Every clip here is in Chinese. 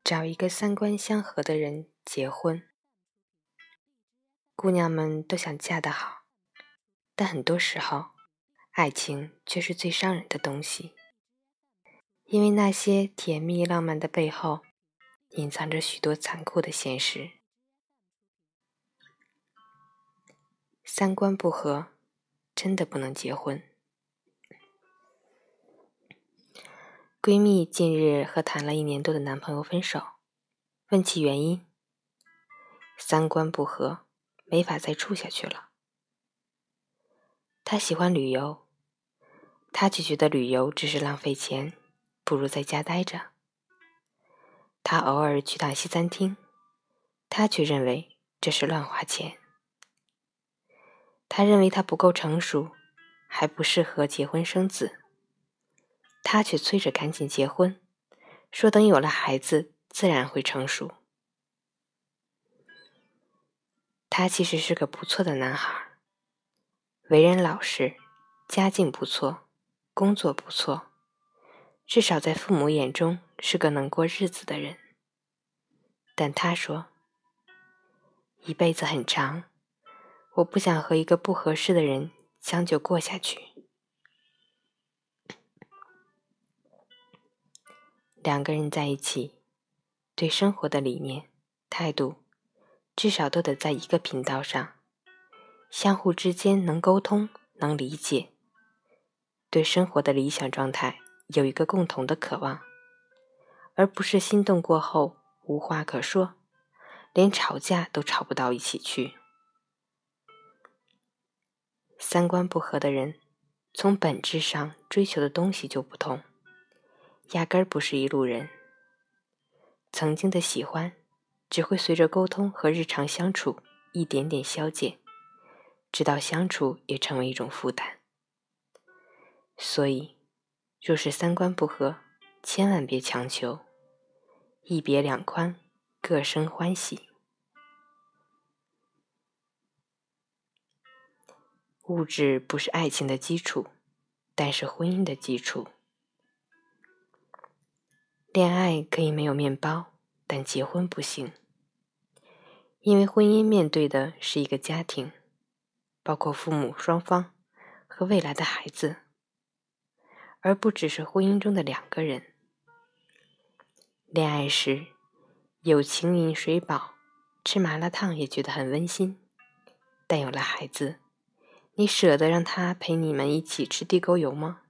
找一个三观相合的人结婚。姑娘们都想嫁得好，但很多时候，爱情却是最伤人的东西，因为那些甜蜜浪漫的背后，隐藏着许多残酷的现实。三观不合，真的不能结婚。闺蜜近日和谈了1年多的男朋友分手，问其原因，三观不合，没法再处下去了。她喜欢旅游，他却觉得旅游只是浪费钱，不如在家待着。他偶尔去趟西餐厅，他却认为这是乱花钱。他认为他不够成熟，还不适合结婚生子，他却催着赶紧结婚，说等有了孩子自然会成熟。他其实是个不错的男孩，为人老实，家境不错，工作不错，至少在父母眼中是个能过日子的人。但他说，一辈子很长，我不想和一个不合适的人将就过下去。2个人在一起，对生活的理念、态度，至少都得在一个频道上，相互之间能沟通、能理解，对生活的理想状态有一个共同的渴望，而不是心动过后无话可说，连吵架都吵不到一起去。三观不合的人，从本质上追求的东西就不同，压根儿不是一路人。曾经的喜欢，只会随着沟通和日常相处一点点消减，直到相处也成为一种负担。所以，若是三观不合，千万别强求，一别两宽，各生欢喜。物质不是爱情的基础，但是婚姻的基础。恋爱可以没有面包，但结婚不行。因为婚姻面对的是一个家庭，包括父母双方和未来的孩子，而不只是婚姻中的2个人。恋爱时，有情饮水饱，吃麻辣烫也觉得很温馨，但有了孩子，你舍得让他陪你们一起吃地沟油吗？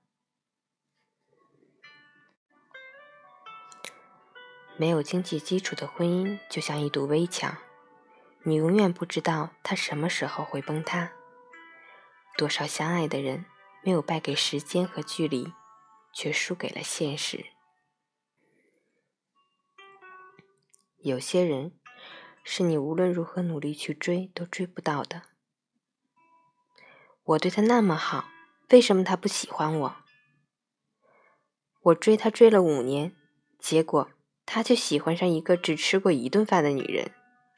没有经济基础的婚姻就像一堵危墙，你永远不知道它什么时候会崩塌。多少相爱的人没有败给时间和距离，却输给了现实。有些人是你无论如何努力去追都追不到的。我对他那么好，为什么他不喜欢我？我追他追了5年，结果他却喜欢上一个只吃过1顿饭的女人。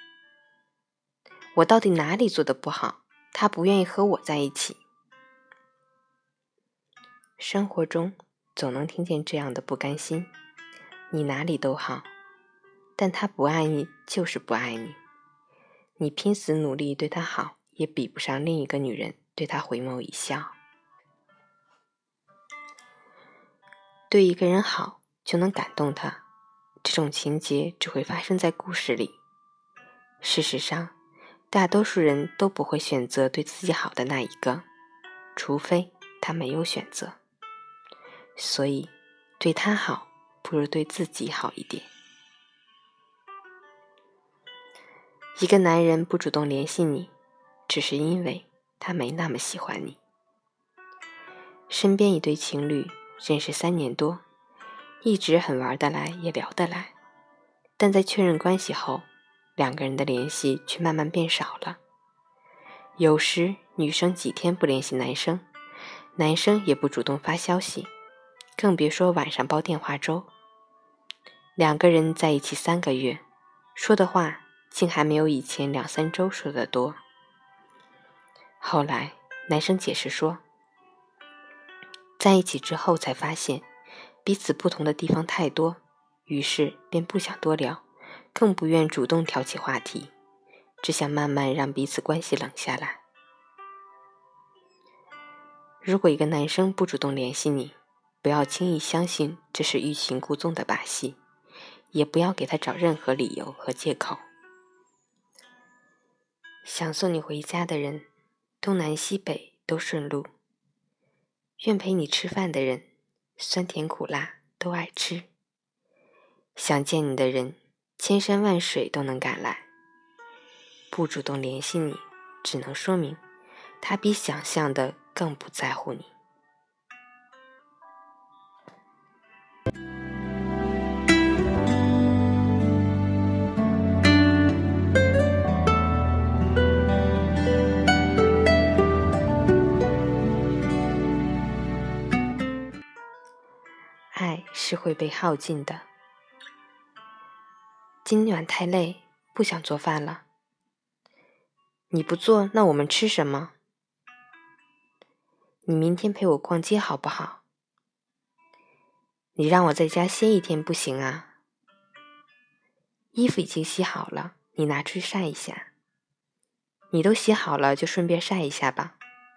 我到底哪里做得不好，他不愿意和我在一起？生活中总能听见这样的不甘心，你哪里都好，但他不爱你就是不爱你，你拼死努力对他好，也比不上另一个女人对他回眸一笑。对一个人好就能感动他，这种情节只会发生在故事里。事实上，大多数人都不会选择对自己好的那一个，除非他没有选择。所以，对他好，不如对自己好一点。一个男人不主动联系你，只是因为他没那么喜欢你。身边一对情侣认识3年多，一直很玩得来，也聊得来，但在确认关系后，2个人的联系却慢慢变少了。有时女生几天不联系男生，男生也不主动发消息，更别说晚上煲电话粥。2个人在一起3个月，说的话竟还没有以前2-3周说的多。后来男生解释说，在一起之后才发现彼此不同的地方太多， 于是便不想多聊，更不愿主动挑起话题，只想慢慢让彼此关系冷下来。如果一个男生不主动联系你，不要轻易相信这是欲擒故纵的把戏，也不要给他找任何理由和借口。想送你回家的人，东南西北都顺路；愿陪你吃饭的人，酸甜苦辣都爱吃。想见你的人，千山万水都能赶来。不主动联系你，只能说明他比想象的更不在乎你。爱是会被耗尽的。今晚太累，不想做饭了。你不做，那我们吃什么？你明天陪我逛街好不好？你让我在家歇一天不行啊？衣服已经洗好了，你拿出去晒一下。你都洗好了，就顺便晒一下吧。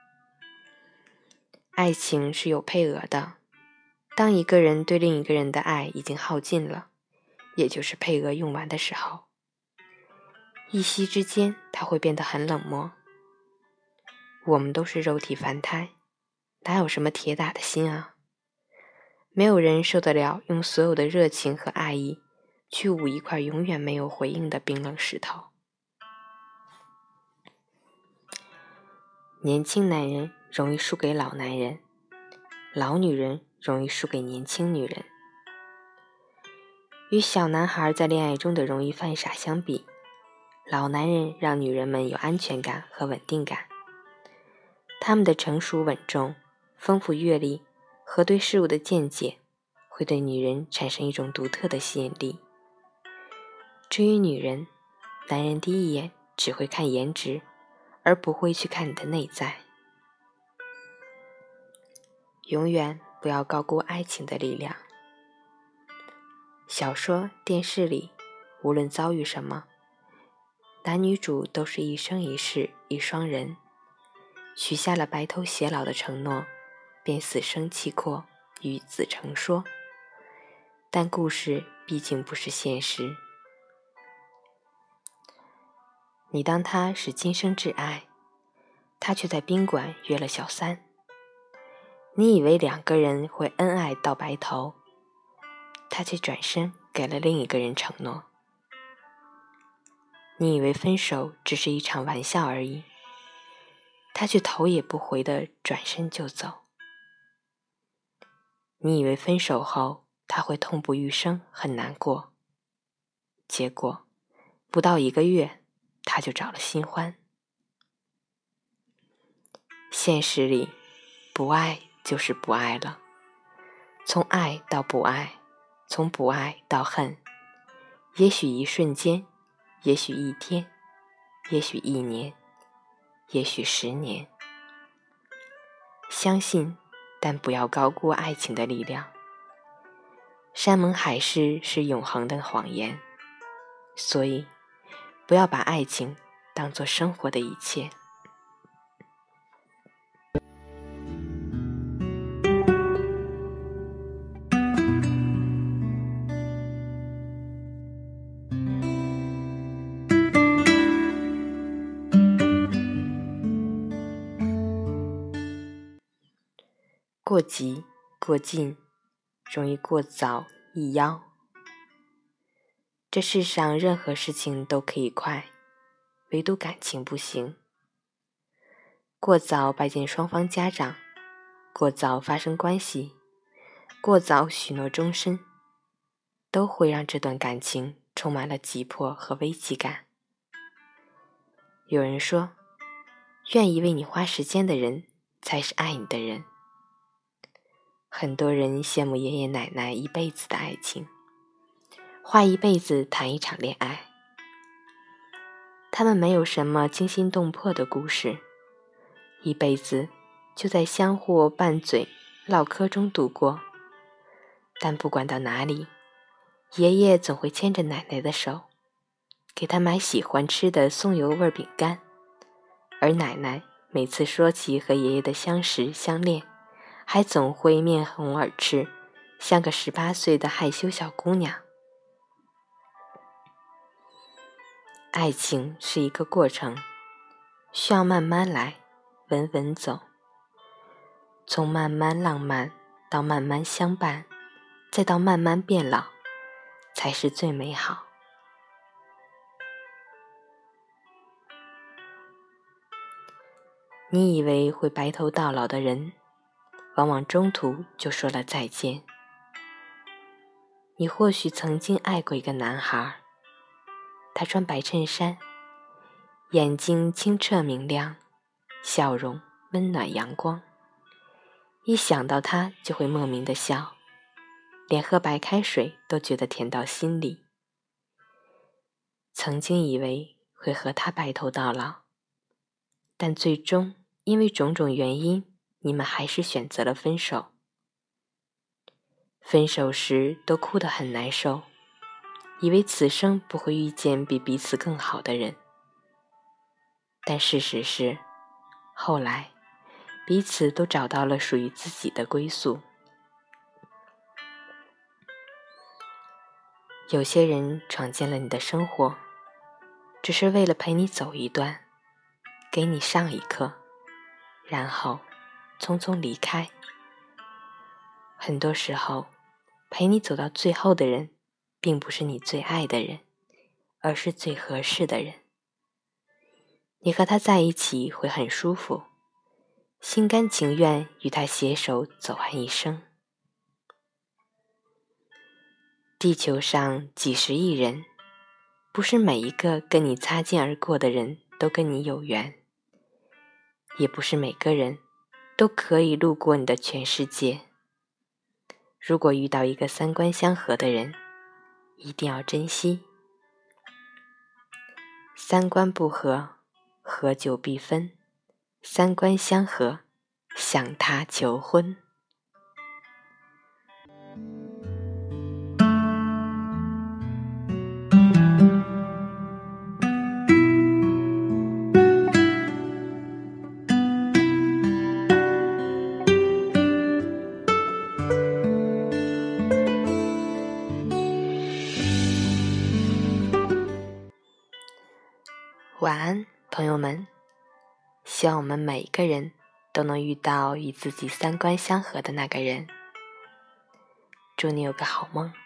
爱情是有配额的，当一个人对另一个人的爱已经耗尽了，也就是配额用完的时候，一夕之间他会变得很冷漠。我们都是肉体凡胎，哪有什么铁打的心啊？没有人受得了用所有的热情和爱意去捂一块永远没有回应的冰冷石头。年轻男人容易输给老男人，老女人容易输给年轻女人。与小男孩在恋爱中的容易犯傻相比，老男人让女人们有安全感和稳定感。他们的成熟稳重、丰富阅历和对事物的见解，会对女人产生一种独特的吸引力。至于女人，男人第一眼只会看颜值，而不会去看你的内在。永远不要高估爱情的力量。小说、电视里，无论遭遇什么，男女主都是一生一世一双人，许下了白头偕老的承诺，便死生契阔，与子成说。但故事毕竟不是现实。你当他是今生挚爱，他却在宾馆约了小三。你以为两个人会恩爱到白头，他却转身给了另一个人承诺。你以为分手只是一场玩笑而已，他却头也不回地转身就走。你以为分手后他会痛不欲生，很难过，结果不到1个月他就找了新欢。现实里，不爱就是不爱了，从爱到不爱，从不爱到恨，也许一瞬间，也许1天，也许1年，也许10年。相信，但不要高估爱情的力量。山盟海誓是永恒的谎言，所以不要把爱情当作生活的一切。过急过近，容易过早易夭。这世上任何事情都可以快，唯独感情不行。过早拜见双方家长，过早发生关系，过早许诺终身，都会让这段感情充满了急迫和危机感。有人说，愿意为你花时间的人才是爱你的人。很多人羡慕爷爷奶奶一辈子的爱情，花一辈子谈一场恋爱。他们没有什么惊心动魄的故事，一辈子就在相互拌嘴、唠嗑中度过。但不管到哪里， 爷爷总会牵着奶奶的手，给她买喜欢吃的松油味饼干，而奶奶每次说起和爷爷的相识相恋，还总会面红耳赤，像个18岁的害羞小姑娘。爱情是一个过程，需要慢慢来，稳稳走。从慢慢浪漫到慢慢相伴，再到慢慢变老，才是最美好。你以为会白头到老的人，往往中途就说了再见。你或许曾经爱过一个男孩，他穿白衬衫，眼睛清澈明亮，笑容温暖阳光，一想到他就会莫名的笑，连喝白开水都觉得甜到心里。曾经以为会和他白头到老，但最终因为种种原因，你们还是选择了分手。分手时都哭得很难受，以为此生不会遇见比彼此更好的人。但事实是，后来彼此都找到了属于自己的归宿。有些人闯进了你的生活，只是为了陪你走一段，给你上一课，然后匆匆离开。很多时候，陪你走到最后的人，并不是你最爱的人，而是最合适的人。你和他在一起会很舒服，心甘情愿与他携手走完一生。地球上几十亿人，不是每一个跟你擦肩而过的人都跟你有缘，也不是每个人都可以路过你的全世界。如果遇到一个三观相合的人，一定要珍惜。三观不合，合久必分；三观相合，向他求婚。晚安，朋友们，希望我们每一个人都能遇到与自己三观相合的那个人。祝你有个好梦。